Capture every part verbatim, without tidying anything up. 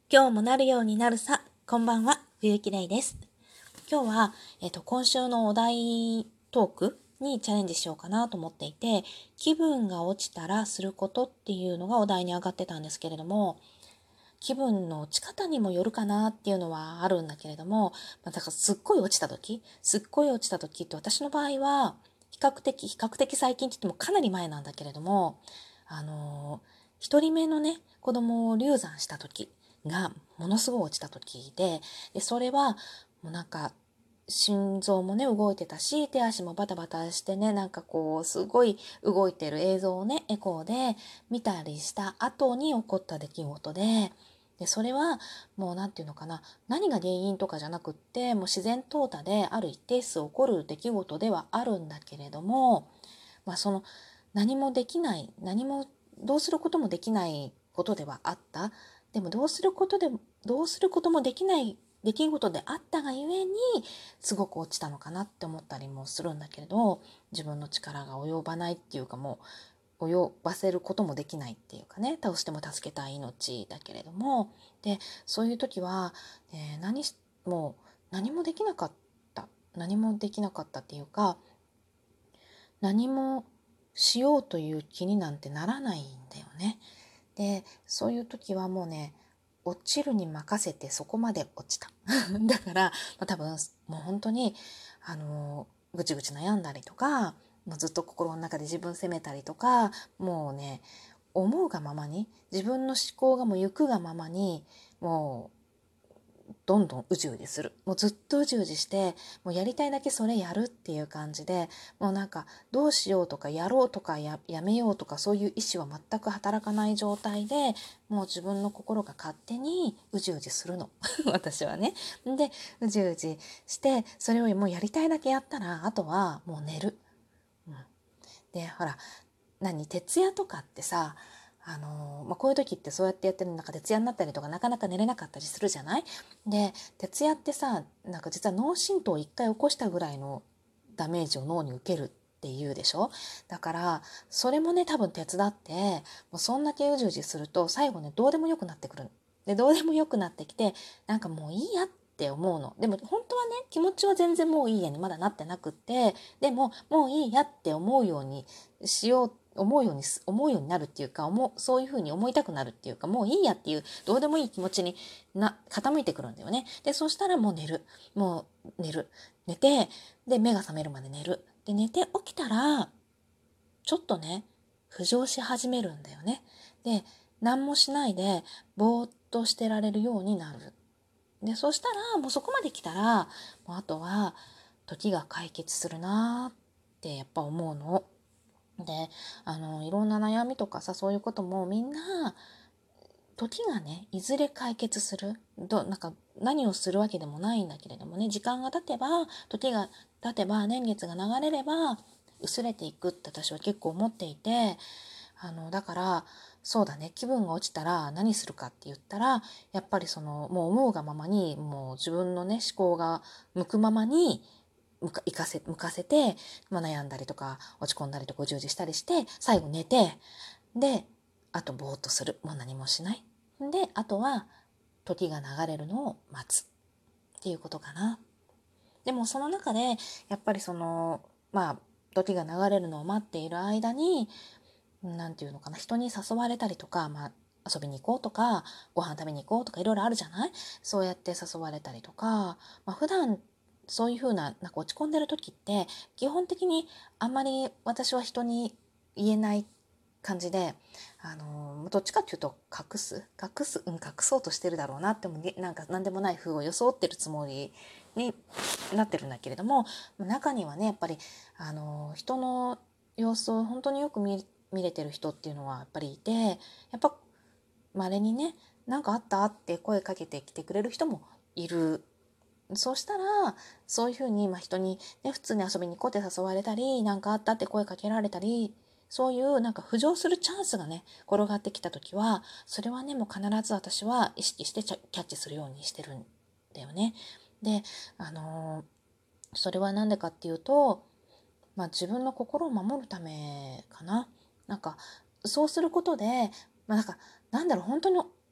今日もなるようになるさ。こんばんは、冬木玲です。今日は、えっと、今週のお題トークにチャレンジしようかなと思っていて、気分が落ちたらすることっていうのがお題に上がってたんですけれども、気分の落ち方にもよるかなっていうのはあるんだけれども、まあ、だからすっごい落ちた時、すっごい落ちた時って私の場合は、比較的、比較的最近って言ってもかなり前なんだけれども、あのー、一人目のね、子供を流産した時がものすごい落ちた時で、で、それはもうなんか、心臓もね、動いてたし、手足もバタバタしてね、なんかこう、すごい動いてる映像をね、エコーで見たりした後に起こった出来事で、で、それはもうなんていうのかな、何が原因とかじゃなくって、もう自然淘汰である一定数起こる出来事ではあるんだけれども、まあその、何もできない、何も、どうすることもできないことではあった。でもどうすることで、どうすることもできない出来事であったがゆえに、すごく落ちたのかなって思ったりもするんだけれど、自分の力が及ばないっていうか、もう及ばせることもできないっていうかね、倒しても助けたい命だけれども、でそういう時は、えー、何しもう何もできなかった何もできなかったっていうか、何もしようという気になんてならないんだよね。でそういう時はもうね、落ちるに任せてそこまで落ちただから、まあ、多分もう本当にあのぐちぐち悩んだりとか、もうずっと心の中で自分責めたりとか、もうね、思うがままに、自分の思考がもう行くがままに、もうどんどんうじうじする。もうずっとうじうじして、もうやりたいだけそれやるっていう感じで、もうなんかどうしようとかやろうとか や, やめようとかそういう意思は全く働かない状態で、もう自分の心が勝手にうじうじするの。私はね。で、うじうじして、それをもうやりたいだけやったら、あとはもう寝る。うん、で、ほら、何、徹夜とかってさ、あのーまあ、こういう時ってそうやってやってる中徹夜になったりとかなかなか寝れなかったりするじゃない。で徹夜ってさ、なんか実は脳震盪を一回起こしたぐらいのダメージを脳に受けるっていうでしょ。だからそれもね、多分手伝って、もうそんだけうじうじすると最後ね、どうでもよくなってくる。でどうでもよくなってきて、なんかもういいやって思うの。でも本当はね、気持ちは全然もういいやにまだなってなくって、でももういいやって思うようにしよう思うように思うようになるっていうか、思うそういうふうに思いたくなるっていうか、もういいやっていうどうでもいい気持ちにな傾いてくるんだよね。でそしたらもう寝る、もう寝る寝て、で目が覚めるまで寝る。で寝て起きたらちょっとね、浮上し始めるんだよね。で何もしないでぼーっとしてられるようになる。でそしたらもうそこまで来たら、もうあとは時が解決するなってやっぱ思うの。で、あのいろんな悩みとかさ、そういうこともみんな時がね、いずれ解決する。どなんか何をするわけでもないんだけれどもね、時間が経てば、時が経てば、年月が流れれば薄れていくって私は結構思っていて、あのだからそうだね、気分が落ちたら何するかって言ったら、やっぱりそのもう思うがままに、もう自分のね、思考が向くままに向か行かせ向かせて、まあ、悩んだりとか落ち込んだりとか充実したりして、最後寝て、であとぼーっとする、もう何もしない。であとは時が流れるのを待つっていうことかな。でもその中でやっぱりそのまあ時が流れるのを待っている間に、なんていうのかな、人に誘われたりとか、まあ遊びに行こうとかご飯食べに行こうとかいろいろあるじゃない。そうやって誘われたりとか、まあ、普段そういう風な、なんか落ち込んでる時って基本的にあんまり私は人に言えない感じで、あのどっちかっていうと隠す隠す、うん、隠そうとしてるだろうなっても、なんか何でもない風を装ってるつもりになってるんだけれども、中にはね、やっぱりあの人の様子を本当によく見見れてる人っていうのはやっぱりいて、やっぱ稀にね、なんかあったって声かけてきてくれる人もいる。そうしたらそういうふうに、まあ、人に、ね、普通に遊びに行こうって誘われたり、なんかあったって声かけられたり、そういうなんか浮上するチャンスがね転がってきた時は、それはね、もう必ず私は意識してキャッチするようにしてるんだよね。で、あのー、それは何でかっていうと、まあ、自分の心を守るためかな。なんかそうすることで、まあ、なんかなんだろう、本当に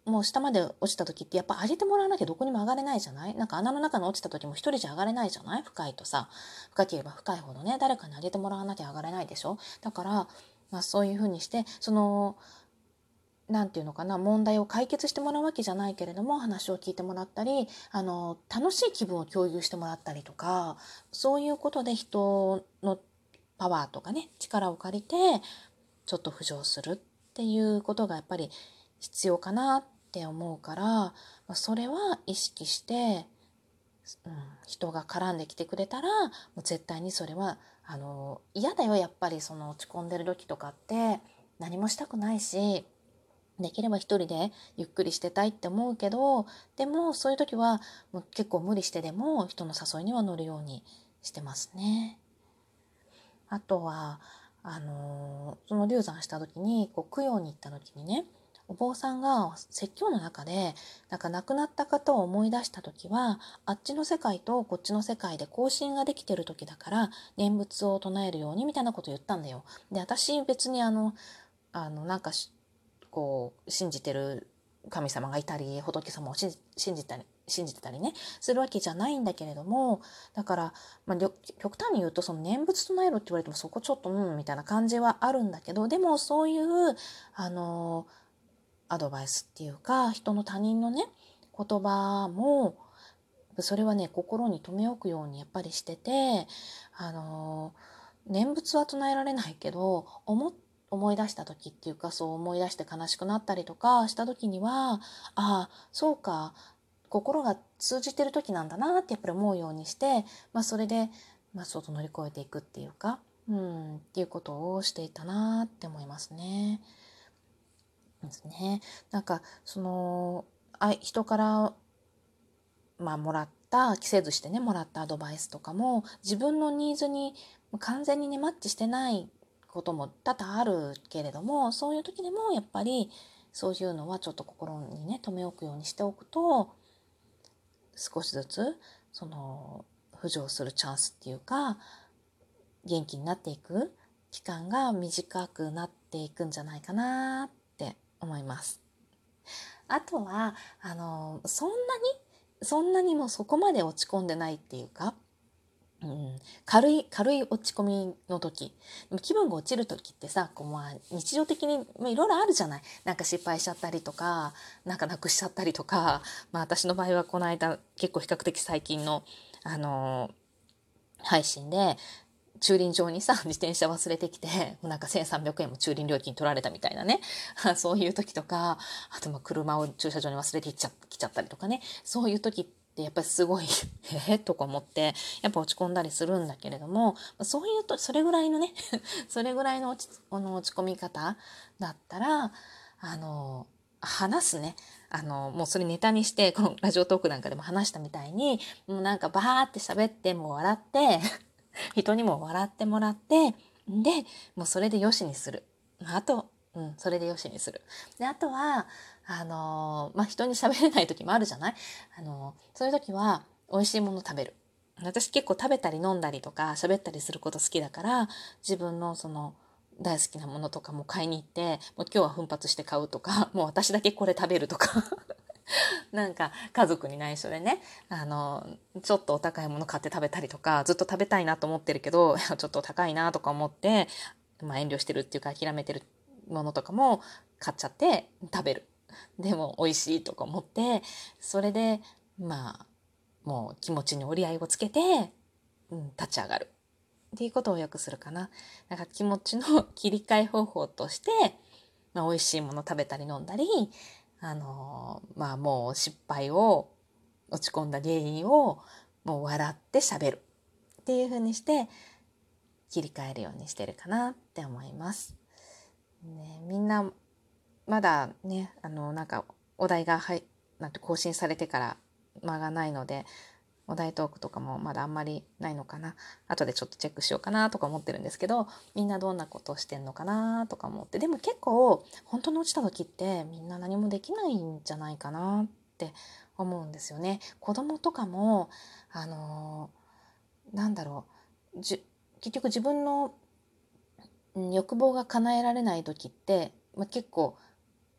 もう下まで落ちた時ってやっぱ上げてもらわなきゃどこにも上がれないじゃない？なんか穴の中に落ちた時も一人じゃ上がれないじゃない？深いとさ、深ければ深いほどね、誰かに上げてもらわなきゃ上がれないでしょ。だから、まあ、そういうふうにしてそのなんていうのかな、問題を解決してもらうわけじゃないけれども、話を聞いてもらったり、あの楽しい気分を共有してもらったりとか、そういうことで人のパワーとかね、力を借りてちょっと浮上するっていうことがやっぱり必要かなって思うから、それは意識して、うん、人が絡んできてくれたらもう絶対にそれはあの嫌だよ。やっぱりその落ち込んでる時とかって何もしたくないし、できれば一人でゆっくりしてたいって思うけど、でもそういう時はもう結構無理してでも人の誘いには乗るようにしてますね。あとはあのその流産した時にこう供養に行った時にね、お坊さんが説教の中でなんか亡くなった方を思い出した時は、あっちの世界とこっちの世界で交信ができてる時だから念仏を唱えるようにみたいなことを言ったんだよ。で、私別にあのあのなんかこう信じてる神様がいたり仏様を信じたり信じてたりねするわけじゃないんだけれども、だから、まあ、極端に言うとその念仏唱えろって言われてもそこちょっとうんみたいな感じはあるんだけど、でもそういうあのアドバイスっていうか人の他人のね言葉もそれはね心に留め置くようにやっぱりしてて、あの念仏は唱えられないけど思って思い出した時っていうか、そう思い出して悲しくなったりとかした時には、ああそうか、心が通じてる時なんだなってやっぱり思うようにして、まあ、それで、まあ、そうと乗り越えていくっていうか、うん、っていうことをしていたなって思いますね。ですね。なんかそのあ人からまあもらった着せずしてねもらったアドバイスとかも自分のニーズに完全にねマッチしてないことも多々あるけれども、そういう時でもやっぱりそういうのはちょっと心にね留め置くようにしておくと、少しずつその浮上するチャンスっていうか元気になっていく期間が短くなっていくんじゃないかなって思います。あとはあのそんなにそんなにもそこまで落ち込んでないっていうか、うん、軽い軽い落ち込みの時、気分が落ちる時ってさ、こうまあ日常的にいろいろあるじゃない。なんか失敗しちゃったりとか、なんかなくしちゃったりとか、まあ私の場合はこの間結構比較的最近のあのー配信で駐輪場にさ自転車忘れてきてもうなんかせんさんびゃくえんも駐輪料金取られたみたいなねそういう時とか、あとまあ車を駐車場に忘れてきちゃ、きちゃったりとかね、そういう時ってやっぱりすごいえーとか思ってやっぱ落ち込んだりするんだけれども、そういうとそれぐらいのねそれぐらいの落ち、あの落ち込み方だったらあの話すね、あのもうそれネタにしてこのラジオトークなんかでも話したみたいに、もうなんかバーって喋ってもう笑って人にも笑ってもらって、でもうそれでよしにする。あと、うん、それでよしにする。であとはあのー、まあ人に喋れない時もあるじゃない。あのー、そういう時は美味しいもの食べる。私結構食べたり飲んだりとか喋ったりすること好きだから、自分のその大好きなものとかも買いに行って、もう今日は奮発して買うとか、もう私だけこれ食べるとかなんか家族に内緒でね、あのちょっとお高いもの買って食べたりとか、ずっと食べたいなと思ってるけどちょっと高いなとか思って、まあ、遠慮してるっていうか諦めてるものとかも買っちゃって食べる。でも美味しいとか思って、それでまあもう気持ちに折り合いをつけて、うん、立ち上がるっていうことをよくするかな。なんか気持ちの切り替え方法として、まあ、美味しいもの食べたり飲んだり、あのまあもう失敗を落ち込んだ原因をもう笑って喋るっていう風にして切り替えるようにしてるかなって思います。ね、みんなまだね、あのなんかお題がはいなんて更新されてから間がないので、お題トークとかもまだあんまりないのかな。後でちょっとチェックしようかなとか思ってるんですけど、みんなどんなことをしてんのかなとか思って、でも結構本当に落ちた時ってみんな何もできないんじゃないかなって思うんですよね。子供とかもあのー、なんだろう、じ結局自分の欲望が叶えられない時って、まあ、結構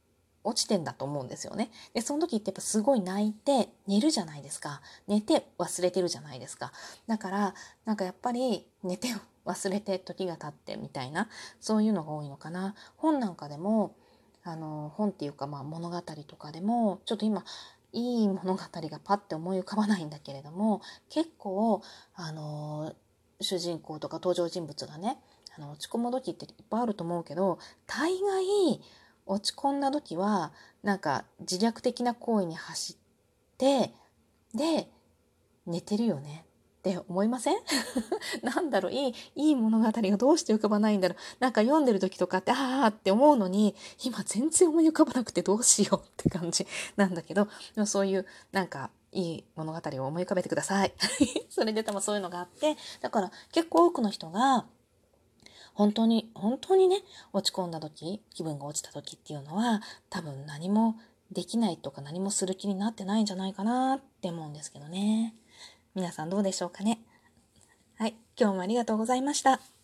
落ちてんだと思うんですよね。で、その時ってやっぱすごい泣いて寝るじゃないですか。寝て忘れてるじゃないですか。だから、なんかやっぱり寝て忘れて時が経ってみたいな、そういうのが多いのかな。本なんかでも、あの、本っていうかまあ物語とかでも、ちょっと今、いい物語がパッて思い浮かばないんだけれども、結構、あの、主人公とか登場人物がね、あの落ち込む時っていっぱいあると思うけど、大概落ち込んだ時はなんか自虐的な行為に走ってで寝てるよねって思いません？なんだろう、いいいい物語がどうして浮かばないんだろう。なんか読んでる時とかってああって思うのに、今全然思い浮かばなくてどうしようって感じなんだけど、でもそういうなんかいい物語を思い浮かべてください。それで多分そういうのがあって、だから結構多くの人が本当に、本当にね、落ち込んだ時、気分が落ちた時っていうのは、多分何もできないとか何もする気になってないんじゃないかなって思うんですけどね。皆さんどうでしょうかね。はい、今日もありがとうございました。